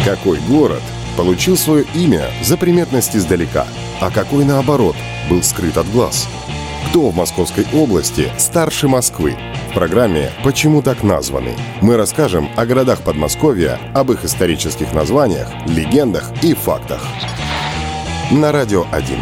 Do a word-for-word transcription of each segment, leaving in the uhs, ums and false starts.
Какой город получил свое имя за приметность издалека, а какой, наоборот, был скрыт от глаз? Кто в Московской области старше Москвы? В программе «Почему так названы» мы расскажем о городах Подмосковья, об их исторических названиях, легендах и фактах. На Радио один.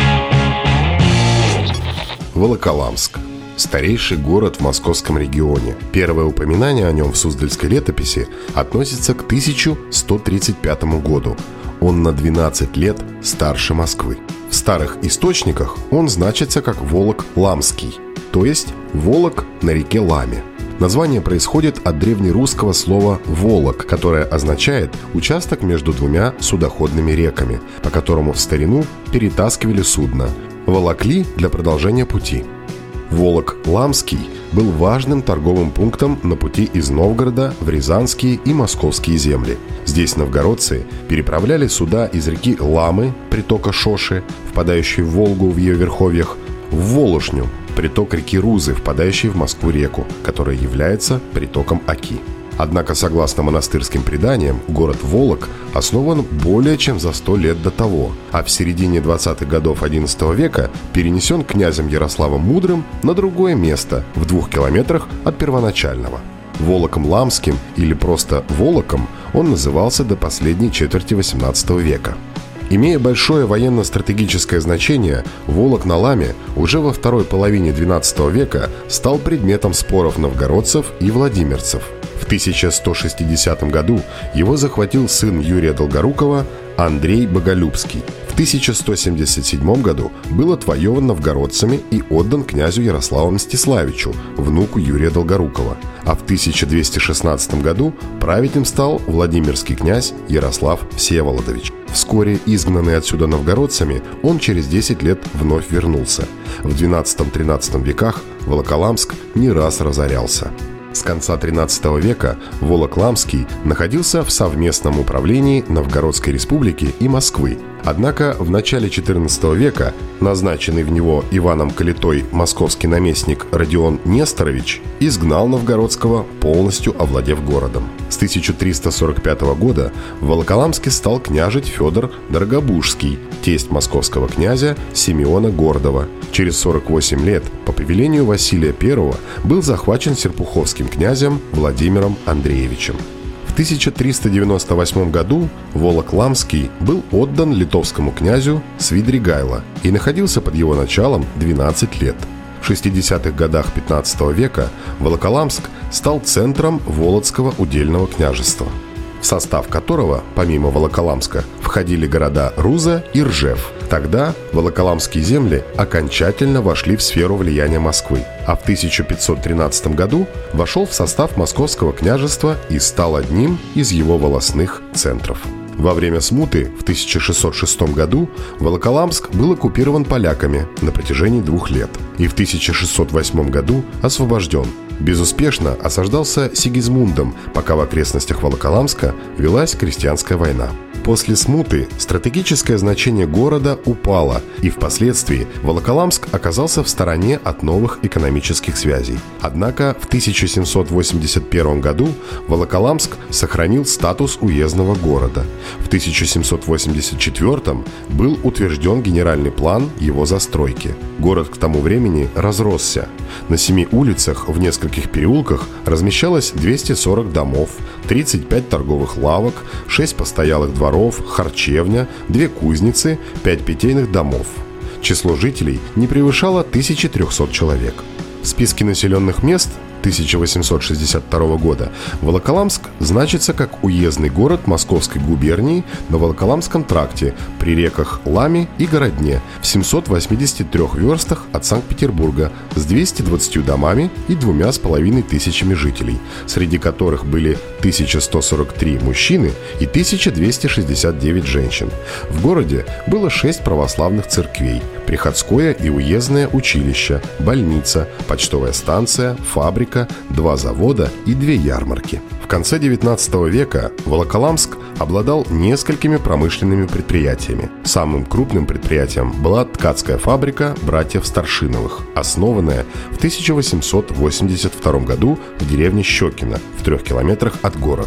Волоколамск. Старейший город в московском регионе. Первое упоминание о нем в Суздальской летописи относится к тысяча сто тридцать пятому году. Он на двенадцать лет старше Москвы. В старых источниках он значится как Волок-Ламский, то есть Волок на реке Ламе. Название происходит от древнерусского слова «волок», которое означает участок между двумя судоходными реками, по которому в старину перетаскивали судно, волокли для продолжения пути. Волок-Ламский был важным торговым пунктом на пути из Новгорода в Рязанские и Московские земли. Здесь новгородцы переправляли суда из реки Ламы, притока Шоши, впадающей в Волгу в ее верховьях, в Волошню, приток реки Рузы, впадающей в Москву-реку, которая является притоком Оки. Однако, согласно монастырским преданиям, город Волок основан более чем за сто лет до того, а в середине двадцатых годов одиннадцатого века перенесен князем Ярославом Мудрым на другое место в двух километрах от первоначального. Волоком Ламским или просто Волоком он назывался до последней четверти восемнадцатого века. Имея большое военно-стратегическое значение, Волок на Ламе уже во второй половине двенадцатого века стал предметом споров новгородцев и владимирцев. В тысяча сто шестидесятом году его захватил сын Юрия Долгорукова Андрей Боголюбский. В тысяча сто семьдесят седьмом году был отвоеван новгородцами и отдан князю Ярославу Мстиславичу, внуку Юрия Долгорукова. А в тысяча двести шестнадцатом году правителем стал владимирский князь Ярослав Всеволодович. Вскоре изгнанный отсюда новгородцами, он через десять лет вновь вернулся. В двенадцатом-тринадцатом веках Волоколамск не раз разорялся. С конца тринадцатого века Волок-Ламский находился в совместном управлении Новгородской республики и Москвы. Однако в начале четырнадцатого века назначенный в него Иваном Калитой московский наместник Родион Несторович изгнал Новгородского, полностью овладев городом. С тысяча триста сорок пятого года в Волоколамске стал княжить Федор Дорогобужский, тесть московского князя Симеона Гордова. Через сорок восемь лет по повелению Василия Первого был захвачен серпуховским князем Владимиром Андреевичем. В тысяча триста девяносто восьмом году Волок-Ламский был отдан литовскому князю Свидригайло и находился под его началом двенадцать лет. В шестидесятых годах пятнадцатого века Волоколамск стал центром Володского удельного княжества, в состав которого, помимо Волоколамска, входили города Руза и Ржев. Тогда волоколамские земли окончательно вошли в сферу влияния Москвы, а в тысяча пятьсот тринадцатом году вошел в состав Московского княжества и стал одним из его волостных центров. Во время смуты в тысяча шестьсот шестом году Волоколамск был оккупирован поляками на протяжении двух лет и в тысяча шестьсот восьмом году освобожден. Безуспешно осаждался Сигизмундом, пока в окрестностях Волоколамска велась крестьянская война. После смуты стратегическое значение города упало, и впоследствии Волоколамск оказался в стороне от новых экономических связей. Однако в тысяча семьсот восемьдесят первом году Волоколамск сохранил статус уездного города. В тысяча семьсот восемьдесят четвёртом был утвержден генеральный план его застройки. Город к тому времени разросся. На семи улицах в нескольких переулках размещалось двести сорок домов, тридцать пять торговых лавок, шесть постоялых дворов, харчевня, две кузницы, пять питейных домов. Число жителей не превышало тысячи трехсот человек. В списке населенных мест тысяча восемьсот шестьдесят второго года Волоколамск значится как уездный город Московской губернии на Волоколамском тракте при реках Ламе и Городне в семьсот восьмидесяти трёх верстах от Санкт-Петербурга с двумястами двадцатью домами и двумя с половиной тысячами жителей, среди которых были тысяча сто сорок три мужчины и тысяча двести шестьдесят девять женщин. В городе было шесть православных церквей, приходское и уездное училище, больница, почтовая станция, фабрика, два завода и две ярмарки. В конце девятнадцатого века Волоколамск обладал несколькими промышленными предприятиями. Самым крупным предприятием была ткацкая фабрика братьев Старшиновых, основанная в тысяча восемьсот восемьдесят втором году в деревне Щекино в трех километрах от города.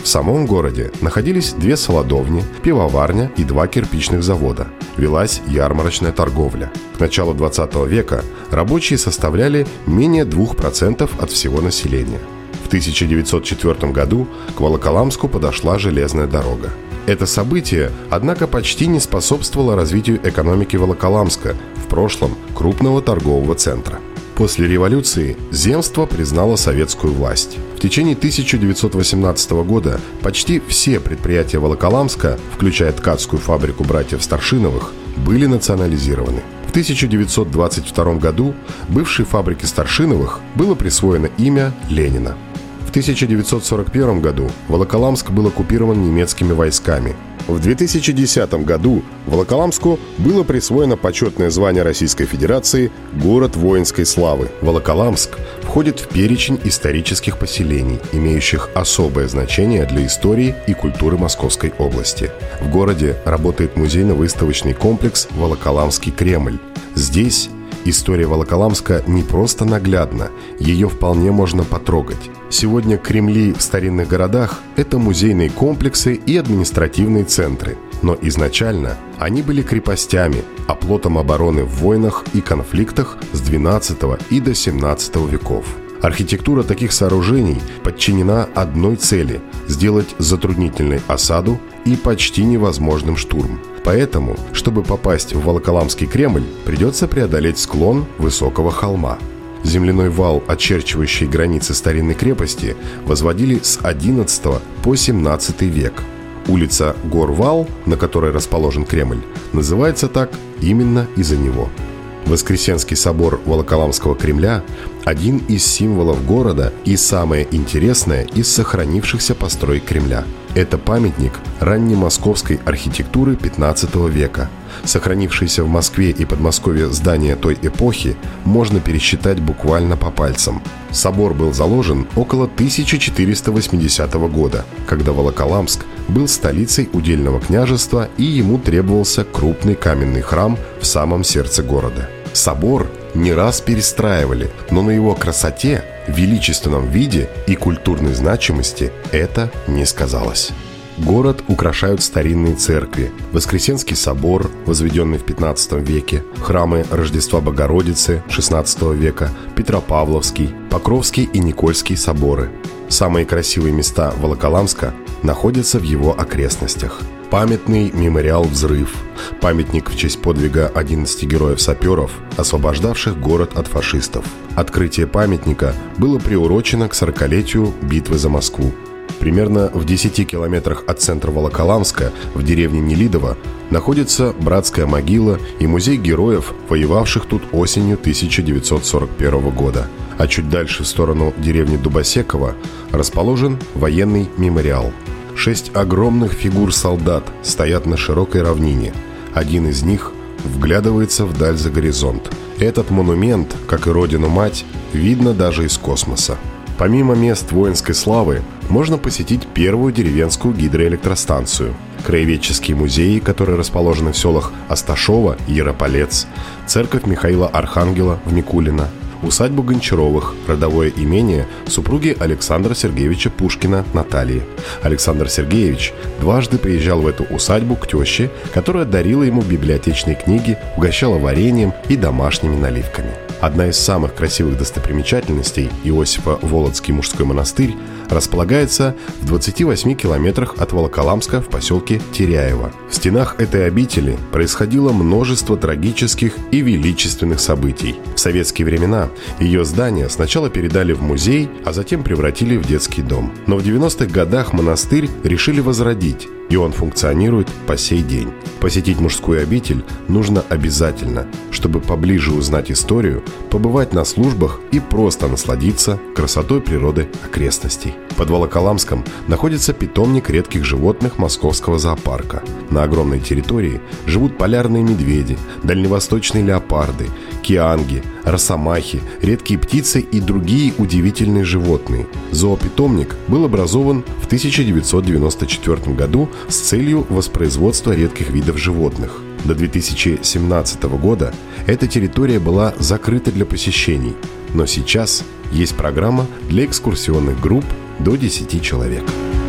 В самом городе находились две солодовни, пивоварня и два кирпичных завода. Велась ярмарочная торговля. К началу двадцатого века рабочие составляли менее двух процентов от всего населения. В тысяча девятьсот четвёртом году к Волоколамску подошла железная дорога. Это событие, однако, почти не способствовало развитию экономики Волоколамска, в прошлом крупного торгового центра. После революции земство признало советскую власть. В течение тысяча девятьсот восемнадцатого года почти все предприятия Волоколамска, включая ткацкую фабрику братьев Старшиновых, были национализированы. В тысяча девятьсот двадцать втором году бывшей фабрике Старшиновых было присвоено имя Ленина. В тысяча девятьсот сорок первом году Волоколамск был оккупирован немецкими войсками. В две тысячи десятом году Волоколамску было присвоено почетное звание Российской Федерации «Город воинской славы». Волоколамск входит в перечень исторических поселений, имеющих особое значение для истории и культуры Московской области. В городе работает музейно-выставочный комплекс «Волоколамский Кремль». Здесь история Волоколамска не просто наглядна, ее вполне можно потрогать. Сегодня Кремли в старинных городах – это музейные комплексы и административные центры. Но изначально они были крепостями, оплотом обороны в войнах и конфликтах с двенадцатого и до семнадцатого веков. Архитектура таких сооружений подчинена одной цели – сделать затруднительной осаду и почти невозможным штурм. Поэтому, чтобы попасть в Волоколамский Кремль, придется преодолеть склон высокого холма. Земляной вал, очерчивающий границы старинной крепости, возводили с одиннадцатого по семнадцатый век. Улица Горвал, на которой расположен Кремль, называется так именно из-за него. Воскресенский собор Волоколамского Кремля – один из символов города и самое интересное из сохранившихся построек Кремля. Это памятник раннемосковской архитектуры пятнадцатого века. Сохранившиеся в Москве и Подмосковье здания той эпохи можно пересчитать буквально по пальцам. Собор был заложен около тысяча четыреста восьмидесятого года, когда Волоколамск был столицей удельного княжества и ему требовался крупный каменный храм в самом сердце города. Собор не раз перестраивали, но на его красоте, величественном виде и культурной значимости это не сказалось. Город украшают старинные церкви, Воскресенский собор, возведенный в пятнадцатом веке, храмы Рождества Богородицы шестнадцатого века, Петропавловский, Покровский и Никольский соборы. Самые красивые места Волоколамска находятся в его окрестностях. Памятный мемориал «Взрыв», памятник в честь подвига одиннадцати героев-саперов, освобождавших город от фашистов. Открытие памятника было приурочено к сорокалетию битвы за Москву. Примерно в десяти километрах от центра Волоколамска, в деревне Нелидово, находится братская могила и музей героев, воевавших тут осенью тысяча девятьсот сорок первого года. А чуть дальше, в сторону деревни Дубосеково, расположен военный мемориал. Шесть огромных фигур солдат стоят на широкой равнине. Один из них вглядывается вдаль за горизонт. Этот монумент, как и Родину-мать, видно даже из космоса. Помимо мест воинской славы, можно посетить первую деревенскую гидроэлектростанцию, краеведческие музеи, которые расположены в селах Асташово и Ярополец, церковь Михаила Архангела в Микулино, усадьбу Гончаровых, родовое имение супруги Александра Сергеевича Пушкина Натальи. Александр Сергеевич дважды приезжал в эту усадьбу к теще, которая дарила ему библиотечные книги, угощала вареньем и домашними наливками. Одна из самых красивых достопримечательностей, Иосифо-Володский мужской монастырь, располагается в двадцати восьми километрах от Волоколамска в поселке Теряево. В стенах этой обители происходило множество трагических и величественных событий. В советские времена ее здание сначала передали в музей, а затем превратили в детский дом. Но в девяностых годах монастырь решили возродить, и он функционирует по сей день. Посетить мужскую обитель нужно обязательно, чтобы поближе узнать историю, побывать на службах и просто насладиться красотой природы окрестностей. Под Волоколамском находится питомник редких животных Московского зоопарка. На огромной территории живут полярные медведи, дальневосточные леопарды, кианги, росомахи, редкие птицы и другие удивительные животные. Зоопитомник был образован в тысяча девятьсот девяносто четвёртом году с целью воспроизводства редких видов животных. До две тысячи семнадцатого года эта территория была закрыта для посещений, но сейчас есть программа для экскурсионных групп до десяти человек.